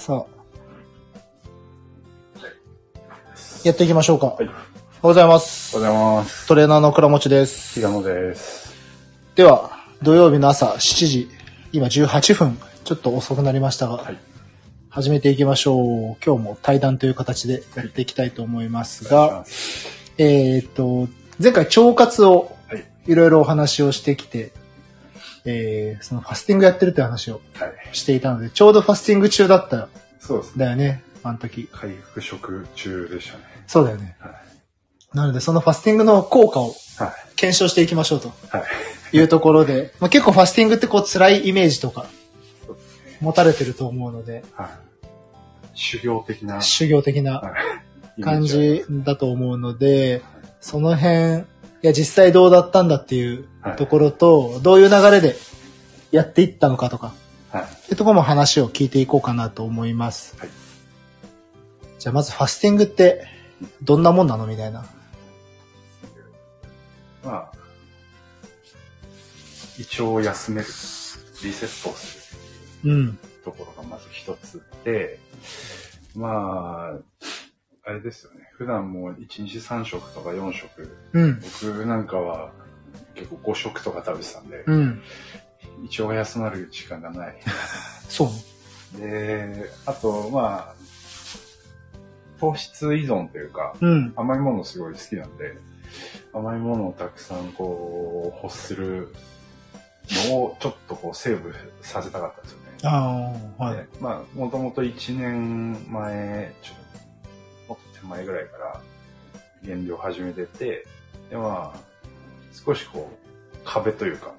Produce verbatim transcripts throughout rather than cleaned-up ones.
さあ、やっていきましょうか。 はい。おはようございます。 うございます。 トレーナーの倉持です。 平野です。 では、土曜日の朝しちじ、今じゅうはっぷん、ちょっと遅くなりましたが、はい、始めていきましょう。今日も対談という形でやっていきたいと思いますが、はい、えっと、前回腸活をいろいろお話をしてきて、えー、そのファスティングやってるという話をしていたので、はい、ちょうどファスティング中だった。 そうですね。 だよね、あの時。 回復食中でしたね。 そうだよね。はい、なので、そのファスティングの効果を検証していきましょうというところで、はい、まあ、結構ファスティングってこう辛いイメージとか持たれてると思うので、 はい、修行的な修行的な感じだと思うので、その辺、いや実際どうだったんだっていうところと、はい、どういう流れでやっていったのかとか、はい、っていうところも話を聞いていこうかなと思います。はい、じゃあまずファスティングってどんなもんなのみたいな。 まあ、胃腸を休める、リセットをする、うん、ところがまず一つで、まあ、あれですよね。普段もいちにちさん食とかよん食、うん、僕なんかは結構ご食とか食べてたんで、うん、胃腸が休まる時間がない。 そうで、あと、まあ、糖質依存というか、うん、甘いものすごい好きなんで、甘いものをたくさんこう、欲するのをちょっとこうセーブさせたかったんですよね。 ああ、はい。 まあ、もともといちねんまえ、ちょっともっと手前ぐらいから減量始めてて、でまあ、少しこう、壁というか、ちょ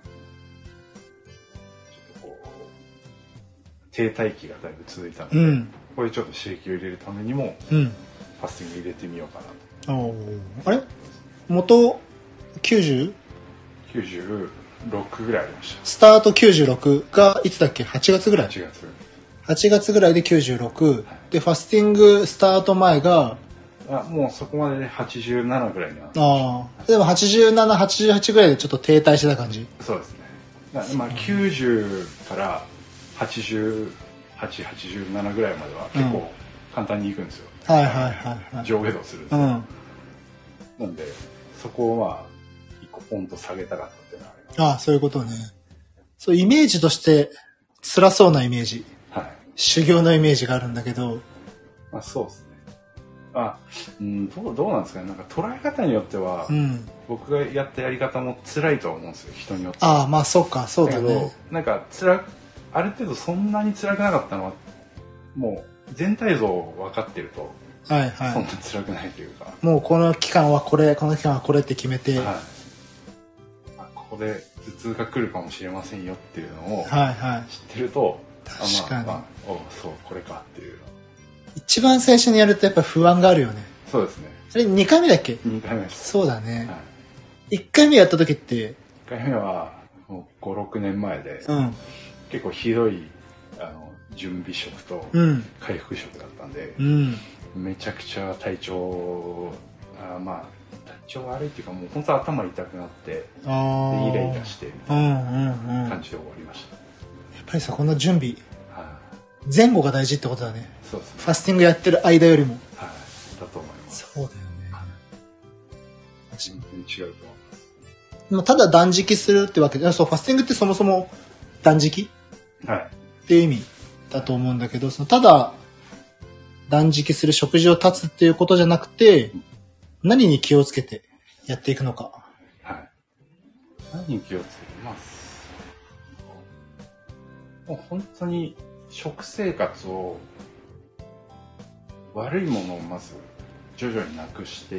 っとこう、停滞期がだいぶ続いたので、うん、これちょっと刺激を入れるためにも、うん、ファスティング入れてみようかなと。 あれ元 きゅうじゅう? きゅうじゅうろくぐらいありました。 スタートきゅうじゅうろくがいつだっけ ?はち 月ぐらい ?はち月。 はちがつぐらいできゅうじゅうろく、はい、でファスティングスタート前があもうそこまでではちじゅうななぐらいになって。 ああでもはちじゅうなな、はちじゅうはちぐらいでちょっと停滞してた感じ。 そうですね。だまあきゅうじゅうからはちじゅうはち、はちじゅうななぐらいまでは結構簡単にいくんですよ。 うん、はいはいはいはい。 上下動するんですよ。うん、なんでそこをまあ一個ポンと下げたかったっていうのはあります。 ああそういうことね。そうイメージとして辛そうなイメージ。はい。修行のイメージがあるんだけど。 まあそうですね。あ、うん、どう、どうなんですかね。なんか捉え方によっては、うん、僕がやったやり方も辛いと思うんですよ。人によっては。 ああ、まあそうか、そうだね。だけど、 なんか辛く、ある程度そんなに辛くなかったのは、もう全体像分かってると、はいはい。そんな辛くないというか。 もうこの期間はこれ、この期間はこれって決めて、はい。 あ、ここで頭痛が来るかもしれませんよっていうのを、はいはい。知ってると、 確かに。 まあ、まあ、おそう、これかっていう。 一番最初にやるとやっぱ不安があるよね。 そうですね。 あれにかいめだっけ？ に 回目です。 そうだね。はい、いっかいめやった時って？いっかいめはもうご、ろくねんまえで、うん、結構ひどいあの準備食と回復食だったんで、うん、めちゃくちゃ体調あまあ体調悪いっていうかもう本当頭痛くなってでイライラしてみたいな感じで終わりました。 やっぱりさこの準備前後が大事ってことだね。そうですね。ファスティングやってる間よりも。 はい。だと思います。 そうだよね。 全然違うと思います。 でもただ断食するってわけで、そうファスティングってそもそも断食、はい、っていう意味だと思うんだけど、そのただ断食する食事を断つっていうことじゃなくて、何に気をつけてやっていくのか。 はい。何に気をつけてます。もう本当に食生活を悪いものをまず徐々になくしていって、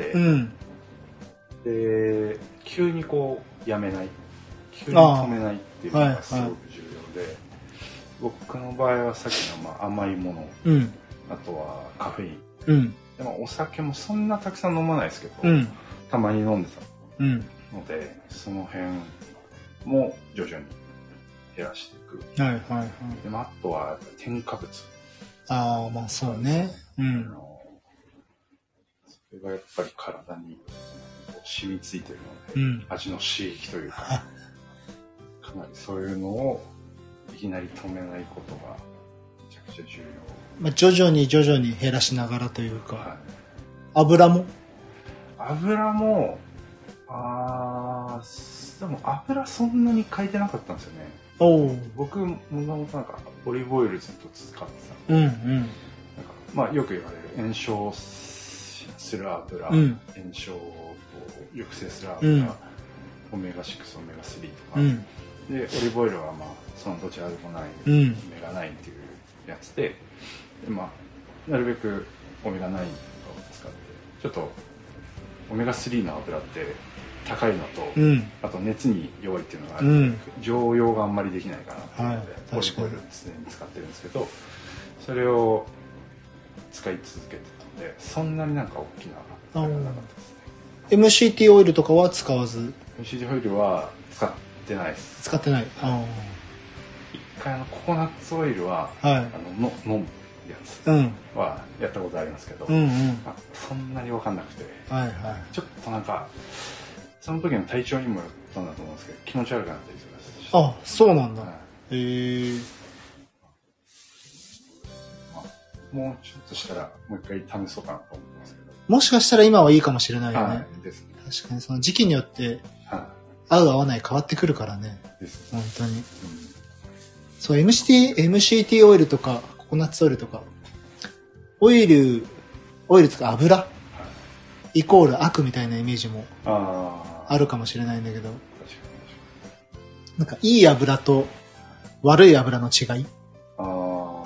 うん、で急にこうやめない急に止めないっていうのがすごく重要で、はいはい、僕の場合はさっきのまあ甘いもの、うん、あとはカフェイン、うん、でもお酒もそんなたくさん飲まないですけど、うん、たまに飲んでたので、その辺も徐々に減らしていく。はいはいはい。でもあとは添加物。 ああまあそうね。うん。 それがやっぱり体に染みついてるので、うん、味の刺激というか、かなりそういうのをいきなり止めないことがめちゃくちちゃ重要。 まあ、徐々に徐々に減らしながらというか、はい、油も油もあーでも油そんなに変えてなかったんですよね。お僕もともとなんかオリーブオイルずっと使ってたので、うんうん、なんかまあ、よく言われる炎症する油、うん、炎症を抑制する油、うん、オメガシックス、オメガスリーとか、うん、でオリーブオイルはまあそのどちらでもない、うん、オメガナインっていうやつで、で、まあ、なるべくオメガナインとかを使ってちょっとオメガスリーの油って高いのと、うん、あと熱に弱いっていうのがあるので、うん、常用があんまりできないかなっていうので、はい、オリーブオイル常に使ってるんですけど、それを使い続けてたのでそんなになんか大きなあれがなかったですね。 エムシーティー オイルとかは使わず？ エムシーティー オイルは使ってないです。 使ってない。あ一回あのココナッツオイルは、はい、あのの飲むやつはやったことありますけど、うんうん、まあ、そんなに分かんなくて、はいはい、ちょっとなんかその時の体調にもよったんだと思うんですけど気持ち悪くなったりとかして。 あ、そうなんだ。はい、へえ。 もうちょっとしたらもう一回試そうかなと思ってますけど。 もしかしたら今はいいかもしれないよね。はい、ですね。確かにその時期によって合う合わない変わってくるからね。ですね。本当に。うん、そう エムシーティー エムシーティー オイルとかココナッツオイルとかオイルオイルとか油、はい、イコール悪みたいなイメージもあるかもしれないんだけど、なんかいい油と悪い油の違い。あ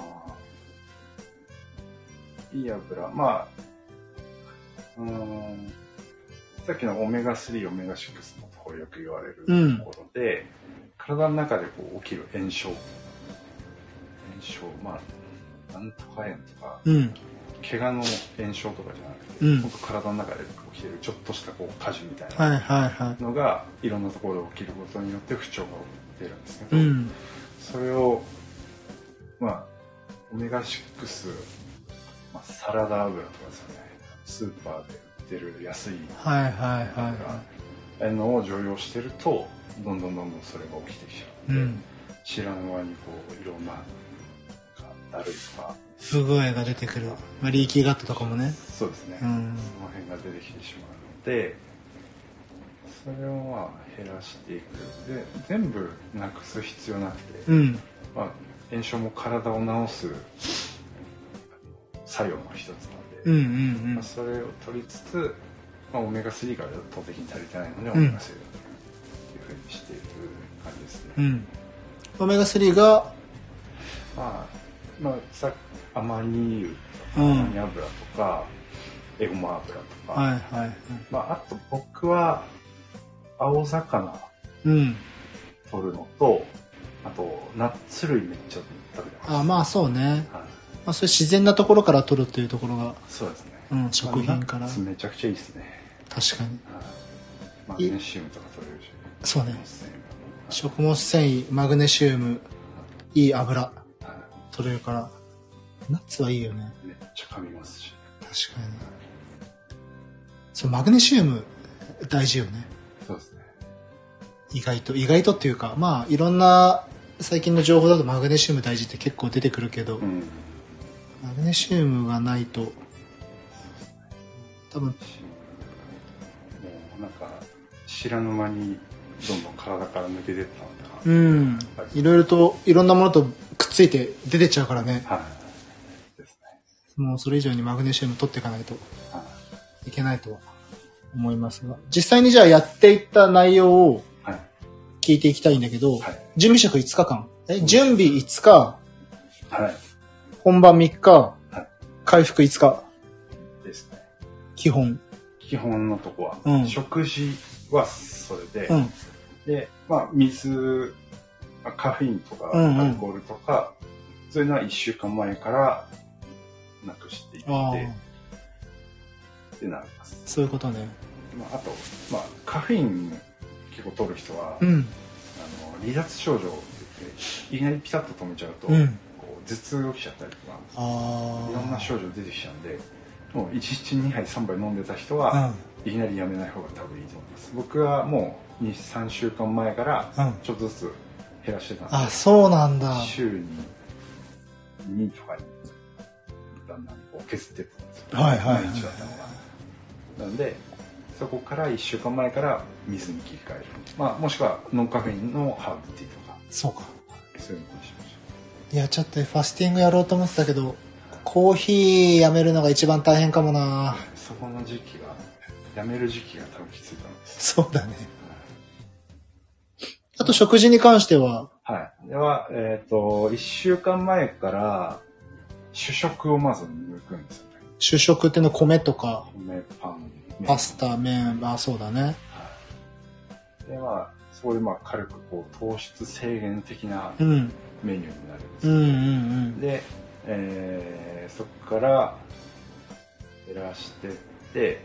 いい油、まあ、うーん、さっきのオメガスリー、オメガシックスのところよく言われるところで、うん、体の中でこう起きる炎症、炎症、まあ、なんとか炎とか、うん、怪我の炎症とかじゃなくて、うん、本当体の中で起きてるちょっとしたこう火事みたいなのがいろんなところで起きることによって不調が出るんですけど、うん、それを、まあ、オメガシックス、まあ、サラダ油とかですよね。スーパーで売ってる安い油、はいはいはいはい、ああいうのを常用してるとどんどんどんどんそれが起きてきちゃうので、うん、知らぬ間にこういろんなだるいとか不具合が出てくる、まあ、リーキーガットとかもね。 そうですね、うん、その辺が出てきてしまうのでそれをまあ減らしていく。で全部なくす必要なくて、うん、まあ、炎症も体を治す作用の一つなので、うんうんうん、まあ、それを取りつつ、まあ、オメガスリーが圧倒的に足りてないので、うん、オメガスリーというふうにしている感じですね。うん、 オメガスリーが、 まあ、まあ、さアマニ油とか、うん、アマニ油とかエゴマ油とか、はいはいはい、まあ、あと僕は青魚取るのと、うん、あとナッツ類めっちゃ食べてます。 あ、まあそうね、はい、まあ、それ自然なところから取るっていうところが、 そうですね、 うん、食品から、 まあ、めちゃくちゃいいですね。 確かに、 はい、マグネシウムとか取れるし、 そうね、食物繊維、マグネシウム、いい油、はい、取れるから、ナッツはいいよね。 めっちゃ噛みますし、 確かに、そう、マグネシウム大事よね。 そうですね、 意外と意外とっていうか、まあいろんな最近の情報だとマグネシウム大事って結構出てくるけど、うん、マグネシウムがないと多分もうなんか知らぬ間にどんどん体から抜けてったのか、 うん、いろいろといろんなものとくっついて出てっちゃうからね、はい、ですね、もうそれ以上にマグネシウム取っていかないといけないとは思いますが、実際にじゃあやっていった内容を聞いていきたいんだけど、はい、準備食いつかかん、え、準備いつか、はい、本番みっか、はい、回復いつかですね。 基本基本のとこは、うん、食事はそれで、うん、で、まあ水、カフェインとかアルコールとか、うんうん、そういうのはいっしゅうかんまえからなくしていってってなります。 そういうことね。 まあ、あと、まあ、カフェイン結構取る人は、うん、あの離脱症状って言っていきなりピタッと止めちゃうと、うん、こう頭痛が起きちゃったりとか、いろんな症状出てきちゃうんで、もういちにちにはいさんばい飲んでた人は、うん、いきなりやめない方が多分いいと思います。僕はもうに、さんしゅうかんまえからちょっとずつ減らしてたんで、 うん、あ、そうなんだ。 週ににとかにだんだんこう削っていったんですよ。 はいはい、はい、 毎日だったのが。なんでそこからいっしゅうかんまえから水に切り替える。まあもしくはノンカフェインのハーブティーとか。 そうか。 そういうのにしました。 いやちょっとファスティングやろうと思ってたけど、コーヒーやめるのが一番大変かもな。 そこの時期がやめる時期が多分きついと思います。 そうだね。あと食事に関しては、 はい。ではえっ、ー、といっしゅうかんまえから主食をまず抜くんですよね。 主食っての米とか米、パン、 パスタ、麺、あ、そうだね。はい、 でまあそこでまあ軽くこう糖質制限的なメニューになるんですけど、 うんうんうんうん、 で、えー、そこから減らしてって、で、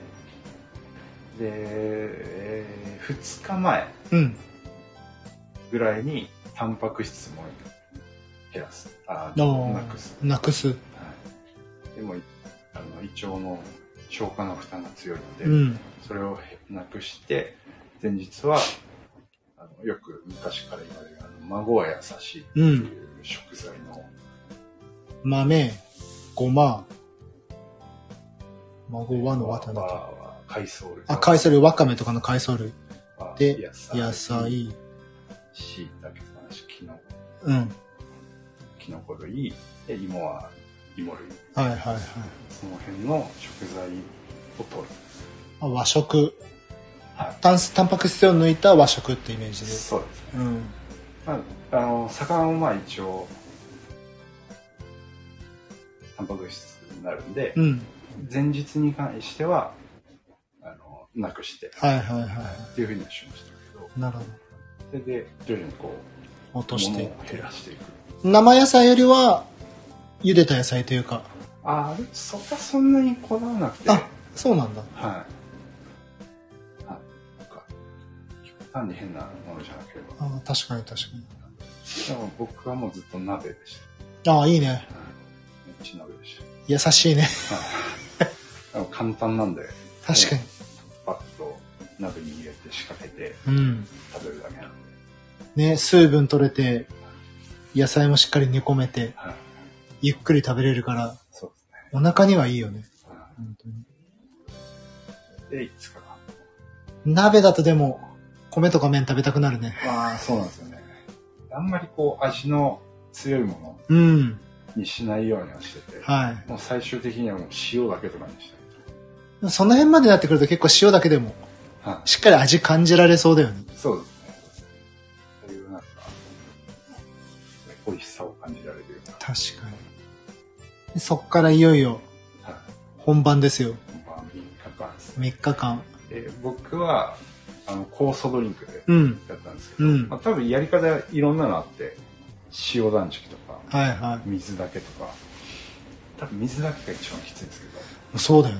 えー、ふつかまえぐらいにタンパク質も減らす、あ、なくす。 なくす。はい、 でもあの胃腸の消化の負担が強いので、うん、それをなくして前日はあのよく昔から言われるあの孫は優しいっていう食材の、 うん、豆、ごま、孫はのわただと海藻類、 あ、海藻類、わかめとかの海藻類で野菜、野菜しいたけとかきのこ、 うん、 きのこ類で芋は芋類、 はいはいはい、 その辺の食材を取る。 あ、和食、はい、タンタンパク質を抜いた和食ってイメージで。 そうですね。 うん、 まあ、あの魚もまあ一応タンパク質になるんで、うん、前日に関してはあのなくして、 はいはいはい、 っていうふうにはしましたけど。 なるほど。 それで徐々にこう落としていって、減らしていく。 生野菜よりは茹でた野菜というか。 ああ、そこはそんなにこだわらなくて。 あ、そうなんだ。 はい。あ、なんか極端に変なものじゃなければ。 あ、確かに確かに。 でも僕はもうずっと鍋でした。 ああ、いいね。はい、 めっちゃ鍋でした。 優しいね。 はい、簡単なんで。 確かに。 パッと鍋に入れて仕掛けて、 うん、 食べるだけなんで。 ね、水分取れて野菜もしっかり煮込めて、はい、ゆっくり食べれるから、 そうですね、 お腹にはいいよね、はい、本当に。 でいつかな。 鍋だとでも米とか麺食べたくなるね。 まあそうなんですよね。あんまりこう味の強いものにしないようにはしてて、うん、はい、もう最終的にはもう塩だけとかにしたい。 その辺までなってくると結構塩だけでも、はい、しっかり味感じられそうだよね。 そうですね。そういうなんか美味しさを感じられるような。 確かに。そっからいよいよ本番ですよ。 本番みっかかんですね。みっかかん。 えー、僕はあの酵素ドリンクでやったんですけど、うん、まあ、多分やり方いろんなのあって、塩断食とか、はいはい、水だけとか、多分水だけが一番きついんですけど。 そうだよね。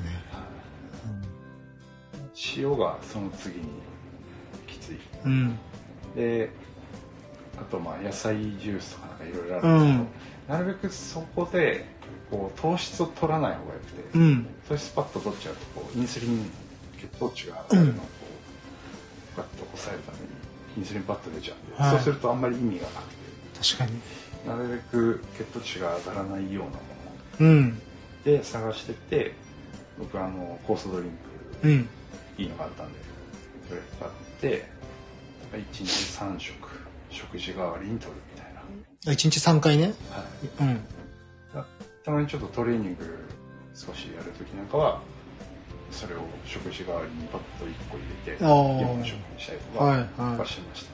うん、塩がその次にきつい。うん、で、あとまあ野菜ジュースとかなんかいろいろあるんですけど、うん、なるべくそこでこう糖質を取らない方がよくて、うん、糖質パッと取っちゃうとこうインスリン血糖値が上がるのをこうガッと抑えるためにインスリンパッと出ちゃうんで、はい、そうするとあんまり意味がなくて、 確かになるべく血糖値が上がらないようなもので探してて、僕はあの酵素ドリンク、うん、いいのがあったんでそれ買っていちにちさん食食事代わりに取るみたいな。 いちにちさんかいね、 はい、うん、たまにちょっとトレーニング少しやるときなんかはそれを食事代わりにパッといっこ入れてよん食にしたりとかはしました。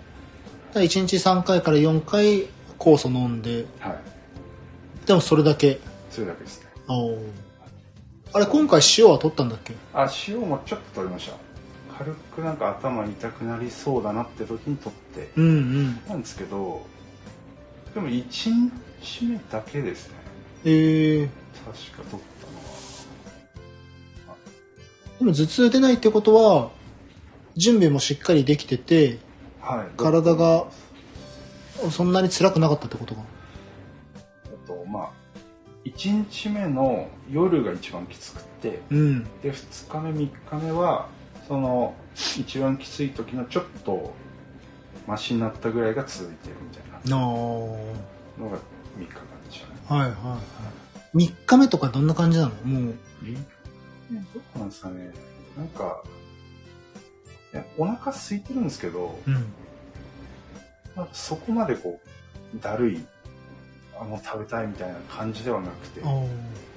はい、いちにちさんかいからよんかい酵素飲んで、はい、でもそれだけ。 それだけですね。 ああれ今回塩は取ったんだっけ？ あ、塩もちょっと取りました。軽くなんか頭痛くなりそうだなって時に取って、うんうん、なんですけど、でもいちにちめだけですね。 えー、 確か取ったのは。 でも頭痛出ないってことは準備もしっかりできてて、はい、体がそんなに辛くなかったってことか。 あとまあいちにちめの夜が一番きつくて、うん、でふつかめみっかめはその一番きつい時のちょっとマシになったぐらいが続いてるみたいなのがみっかかんでしたね。 はいはいはい。みっかめとかどんな感じなの？もう。 みっかめどうなんですかね。なんか、いやお腹空いてるんですけど、うん、なんかそこまでこう、だるい、あ、もう食べたいみたいな感じではなくて、なんか、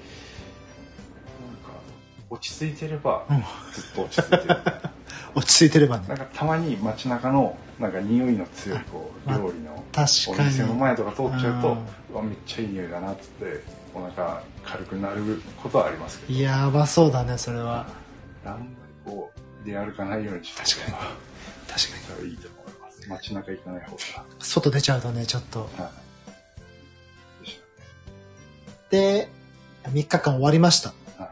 落ち着いてれば、うん、ずっと落ち着いてるみたいな。 落ち着いてればね。 なんかたまに街中のなんか匂いの強いこう料理のお店の前とか通っちゃうと、うわめっちゃいい匂いだなっつってお腹軽くなることはありますけど。 やばそうだねそれは。 あんまりこう出歩かないようにして。 確かに確かに。いいと思います。街中行かない方が。 外出ちゃうとねちょっと。はい、でみっかかん終わりました。はい、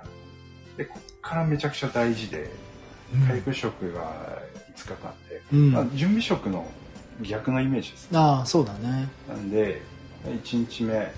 でこっからめちゃくちゃ大事で。回復食がいつかかんで、うん、まあ、準備食の逆のイメージですね。 ああそうだね。 なんでいちにちめ、え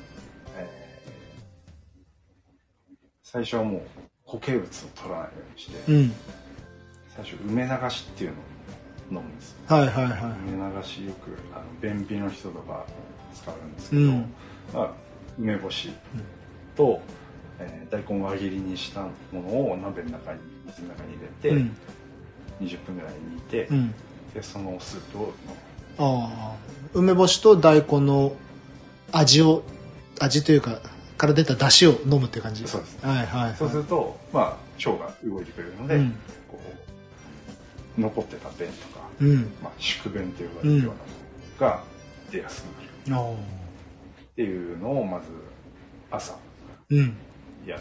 ー、最初はもう固形物を取らないようにして、うん、最初梅流しっていうのを飲むんですよ。 はいはいはい。 梅流しよくあの便秘の人とか使うんですけど、うん、まあ、梅干しと、えー、大根輪切りにしたものを鍋の中に水の中に入れて、うん、にじゅっぷんぐらい煮て、うん、でそのスープを飲む。 ああ、梅干しと大根の味を味というかから出た出汁を飲むって感じ。 そうです、 ね。はいはい、はい。 そうするとまあ腸が動いてくれるので、うん、こう残ってた便とか、うん、まあ宿便と呼ばれるようなものが出やすくなる、うん、っていうのをまず朝やって、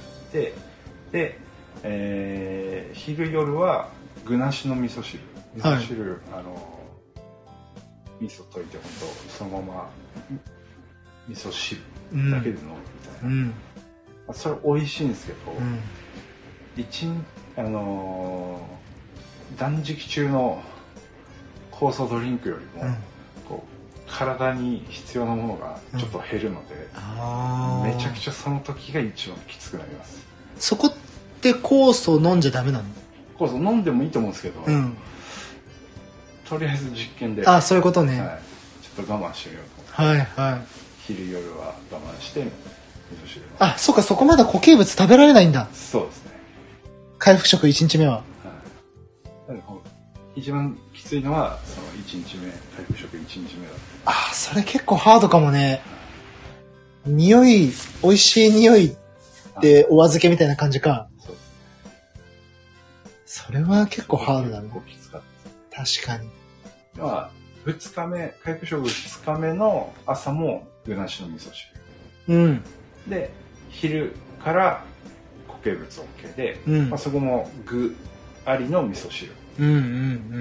うん、で、えー、昼夜は具なしの味噌汁味噌汁、はい、あの味噌溶いてほんとそのまま味噌汁だけで飲むみたいな、うん、それ美味しいんですけど、うん、一あのー、断食中の酵素ドリンクよりも、うん、こう体に必要なものがちょっと減るので、うん、めちゃくちゃその時が一番きつくなります。 そこって酵素飲んじゃダメなの？ 酵素飲んでもいいと思うんですけど、うん、とりあえず実験で、 あ、そういうことね、はい、 ちょっと我慢してみようと思って、はいはい、昼夜は我慢して味噌汁。 あ、そうか、そこまで固形物食べられないんだ。 そうですね。 回復食いちにちめは、 はい、一番きついのはそのいちにちめ、回復食いちにちめだった。 あ、それ結構ハードかもね。はい、匂い、美味しい匂いってお預けみたいな感じか。そうですね。それは結構ハードだね。結構きつかったです。確かに。 まあ、ふつかめ、回復食ふつかめの朝も具なしの味噌汁。うん。で、昼から固形物 OK で、うん、まあ、そこも具ありの味噌汁。うんうんうん。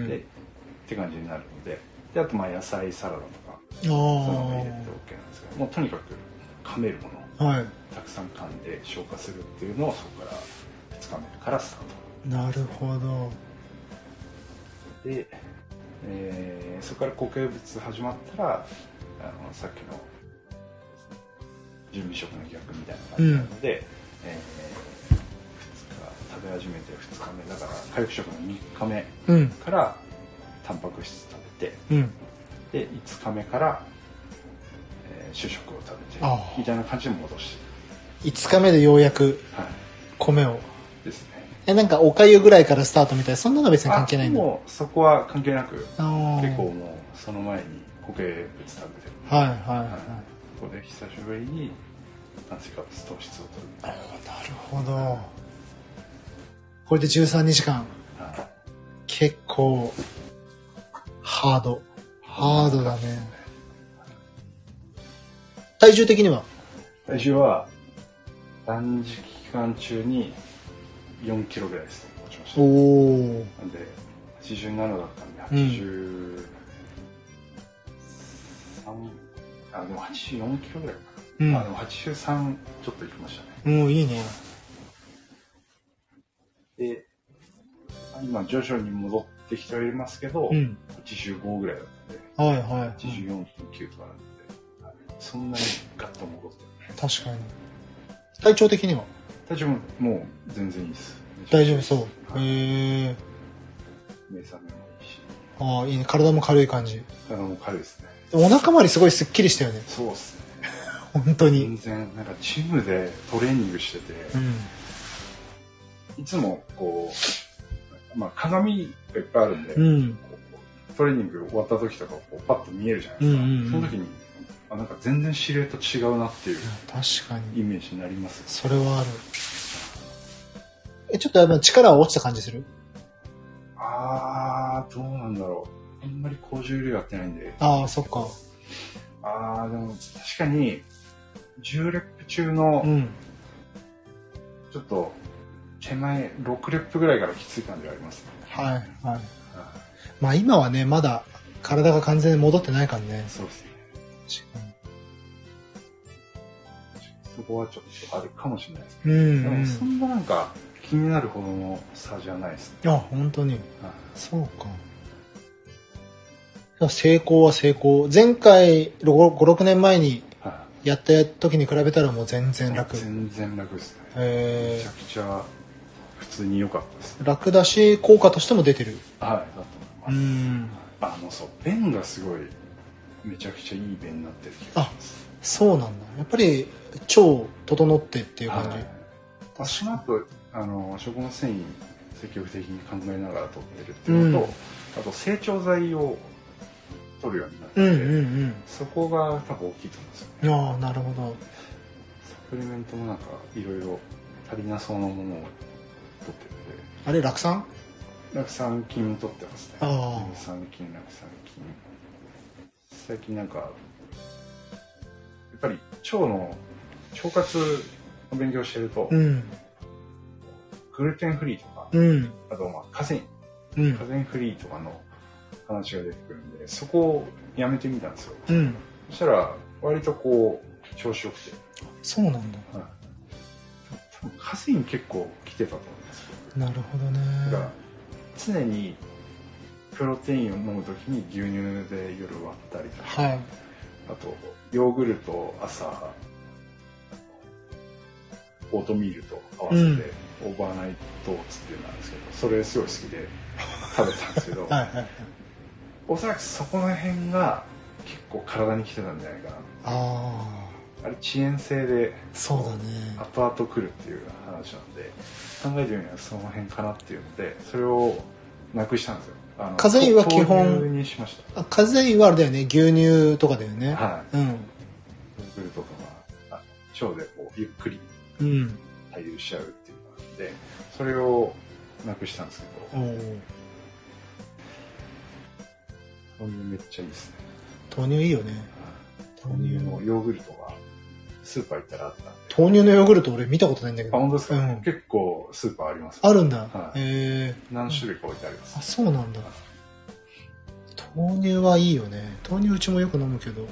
で、って感じになるので、で、あとまあ野菜サラダとか、そういうのも入れて OK なんですけど、もうとにかく噛めるもの、はい、たくさん噛んで消化するっていうのをそこからふつかめからスタート。なるほど。 で、えー、そこから固形物始まったらあのさっきの準備食の逆みたいな感じなので、うん、えー、ふつか食べ始めてふつかめだから回復食のみっかめからタンパク質食べて、うん、でいつかめから、えー、主食を食べてみたいな感じで戻していつかめでようやく米を、はい、 ですね。 え、なんかおかゆぐらいからスタートみたいな、そんなの別に関係ないんだ。 もうそこは関係なく、結構もうその前に固形物食べてる。 はいはいはい。 ここで久しぶりに炭水化物糖質を取る。 あ、なるほど。これでじゅうさんにじかん。はい、結構ハード。ハードだね。体重的には？ 体重は断食期間中によんキロぐらいです。落ちました。おー。なんで、はちじゅうななだったんで、はちじゅうさん、うん、あ、でもはちじゅうよんキロぐらいかな。うん、あ、でもはちじゅうさんちょっといきましたね。 もういいね。 で、今徐々に戻ってきてはいますけど、うん、はちじゅうごぐらいだったんで、はいはい、はちじゅうよんてんきゅうとかなんで、はい、そんなにガッと戻ってる。 確かに。体調的には？ 体調ももう全然いいです。 大丈夫そう。はい、へえ。 目覚めもいいし。 ああ、いいね。体も軽い感じ。 体も軽いですね。 お腹周りすごいスッキリしたよね。 そうですね。 本当に。 全然、なんかジムでトレーニングしてて、うん、いつもこう、まあ鏡がいっぱいあるんで、うん、トレーニング終わった時とかこうパッと見えるじゃないですか。うんうんうん、その時に、あ、なんか全然シルエット違うなっていう確かにイメージになります、ね。 それはある。え、ちょっと力は落ちた感じする？ あー、どうなんだろう。あんまり高重量やってないんで。 あー、そっか。 あー、でも確かに、じゅうレップ中の、うん、ちょっと手前ろくレップぐらいからきつい感じがありますね。 はい、はい。はい、まあ今はね、まだ体が完全に戻ってないからね。 そうですね。確かに。そこはちょっとあるかもしれないですね。うん、うん。でもそんななんか気になるほどの差じゃないですね。 あ、本当に。はい、そうか。成功は成功。前回ご、ろくねんまえにやった時に比べたらもう全然楽。 全然楽ですね。めちゃくちゃ普通に良かったです、ね。 楽だし、効果としても出てる。 はい、だと思います。うん。あの、そう、弁がすごい、めちゃくちゃいい弁になってる気がします。 あ、そうなんだ。やっぱり、腸整ってっていう感じ。はい、 あ、その後、あの、食物繊維積極的に考えながら取ってるっていうのと、うん、あと成長剤を取るようになって、うんうんうん、そこが多分大きいと思うんですよね。 ああ、なるほど。 サプリメントもなんかいろいろ足りなそうなものを取ってて。 あれ、酪酸？ 酪酸菌取ってますね。 ああ。 乳酸菌、酪酸菌。最近なんか、やっぱり腸の腸活の勉強してると、うん、グルテンフリーとか、うん、あとまあカゼイン、うん、カゼインフリーとかの話が出てくるんで、そこをやめてみたんですよ。うん、そしたら割とこう調子よくて。 そうなんだ。はい、 多分カゼイン結構来てたと思います。 なるほどね。 だから常にプロテインを飲むときに牛乳で夜割ったりとか、はい、あとヨーグルト朝オートミールと合わせて、うん、オーバーナイトオーツっていうのなんですけど、それすごい好きで食べたんですけど、はいはいはい、おそらくそこの辺が結構体に来てたんじゃないかな。ああれ遅延性でそうだね、 後々来るっていう話なんで、考えてみればその辺かなっていうので、それをなくしたんですよ。あのカゼインは基本豆乳にしました。 あ、カゼインはあれだよね、牛乳とかだよね。 はい。うん。ヨーグルトとか腸でこうゆっくり対流しちゃうっていうのなんで、それをなくしたんですけど。豆乳めっちゃいいですね。 豆乳いいよね。 豆乳のヨーグルトがスーパー行ったらあったんで。 豆乳のヨーグルト俺見たことないんだけど。 あ、本当ですか、うん、結構スーパーあります、ね。 あるんだ。 はい、へー。何種類か置いてあります。 あ、そうなんだ。豆乳はいいよね。豆乳うちもよく飲むけど。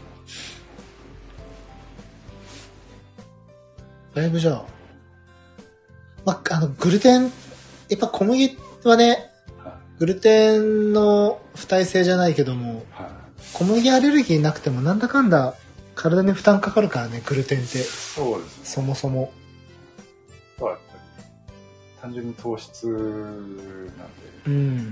だいぶじゃあ。まあ、あの、グルテン、やっぱ小麦はね、グルテンの不耐性じゃないけども、はい、小麦アレルギーなくてもなんだかんだ体に負担かかるからね、グルテンって。 そうですね。 そもそも。 単純に糖質なんで、うん、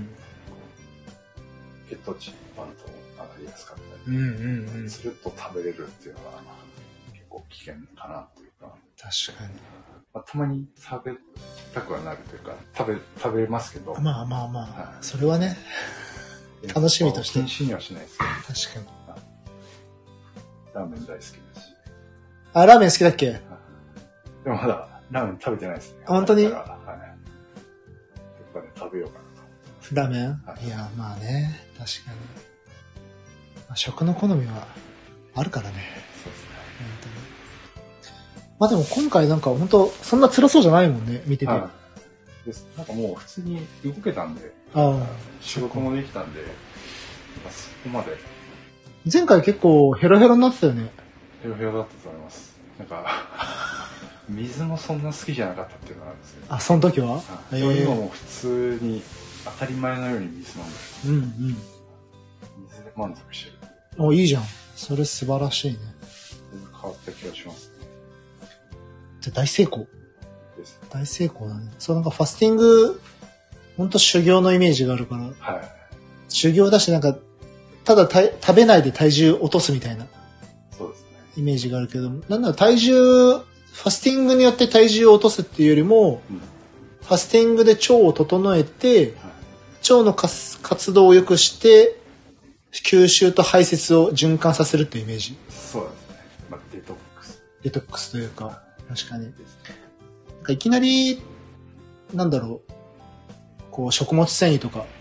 血糖値バンと上がりやすかったり、うんうんうん、つるっと食べれるっていうのは結構危険かなっていうか。 確かに。 まあ、たまに食べたくはなるというか、食べ、食べますけど。 まあまあまあ、はい、それはね、楽しみとして。 禁止にはしないですけど。確かに。 ラーメン大好きですし。 あ、ラーメン好きだっけ？ でもまだラーメン食べてないですね。 本当に？はい。 どっかで食べようかなと。 ラーメン？はい、いや、まあね、確かに。まあ、食の好みはあるからね。 そうですね。 本当に。まあでも今回なんか本当そんな辛そうじゃないもんね、見てて。 はい、です。なんかもう普通に動けたんで、あ仕事もできたんで、そこまで。 前回結構ヘロヘロになってたよね。 ヘロヘロだったと思います。なんか水もそんな好きじゃなかったっていうのがあるんですけど。 あ、その時は？ えー、今も普通に当たり前のように水飲んでる。うんうん。水で満足してる。 お、いいじゃん。それ素晴らしいね。 変わった気がします、ね。 じゃ大成功。です。大成功だね。そうなんかファスティング、ほんと修行のイメージがあるから。はい。修行だしなんか、ただた食べないで体重落とすみたいな。 そうですね。 イメージがあるけど、なんだろう、体重、ファスティングによって体重を落とすっていうよりも、うん、ファスティングで腸を整えて、はい、腸の活動を良くして、吸収と排泄を循環させるっていうイメージ。 そうですね。まあ、デトックス。 デトックスというか、確かに。なんかいきなり、なんだろう、こう食物繊維とか、はい、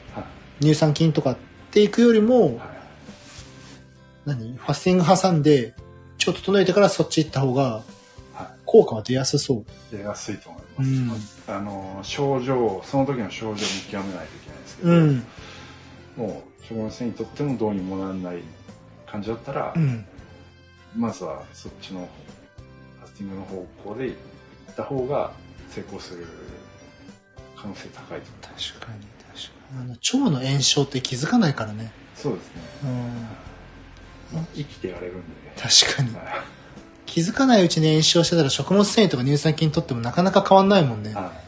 乳酸菌とかっていくよりも、はい、何ファスティング挟んで、腸を整えてからそっち行った方が、効果は出やすそう。 出やすいと思います。うん、あの、症状、その時の症状を見極めないといけないですけど、うん、もう食物繊維にとってもどうにもならない感じだったら、うん、まずはそっちのファスティングの方向で行った方が成功する可能性高いと思います。 確かに確かに。あの腸の炎症って気づかないからね。 そうですね。うん、生きてられるんで。 確かに。気づかないうちに炎症してたら食物繊維とか乳酸菌取ってもなかなか変わんないもんね。はい、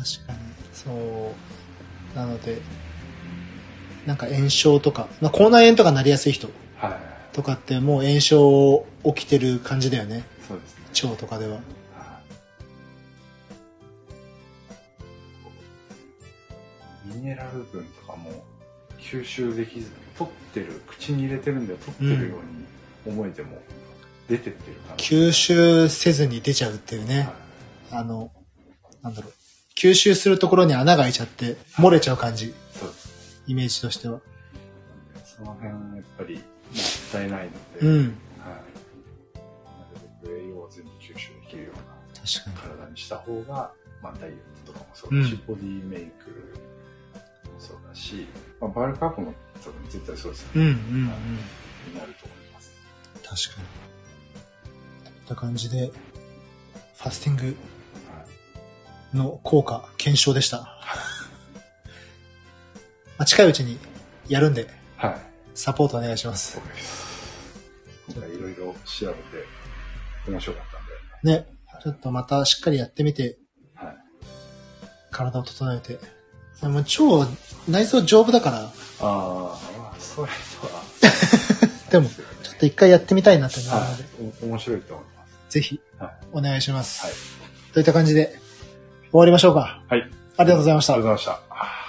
確かに。そう。なので、なんか炎症とか、まあ、口内炎とかなりやすい人とかってもう炎症起きてる感じだよね。 そうですね。 腸とかでは。 ミネラル分とかも吸収できず、取ってる、口に入れてるんで取ってるように思えても、うん出てってる感じ。 吸収せずに出ちゃうっていうね、はい、あのなんだろう吸収するところに穴が開いちゃって漏れちゃう感じ、はい、そうですイメージとしてはその辺やっぱりもったいないので、 うんはい、 なるべく栄養を全部吸収できるような確かに体にした方が、まあ、ダイエットとかもそうだし、うん、ボディメイクもそうだし、まあ、バルクアップも絶対そうですよね、 うんうんうん、になると思います確かにこんな感じでファスティングの効果検証でした、まあ、近いうちにやるんで、はい、サポートお願いします。 そうです。今回いろいろ調べて面白かったんでね、はい、ちょっとまたしっかりやってみて、はい、体を整えてでも腸内臓丈夫だからああそういうのはでもちょっと一回やってみたいなと思うので、 はい、面白いと思います。 ぜひ、お願いします。はい。といった感じで、終わりましょうか。 はい。 ありがとうございました。 ありがとうございました。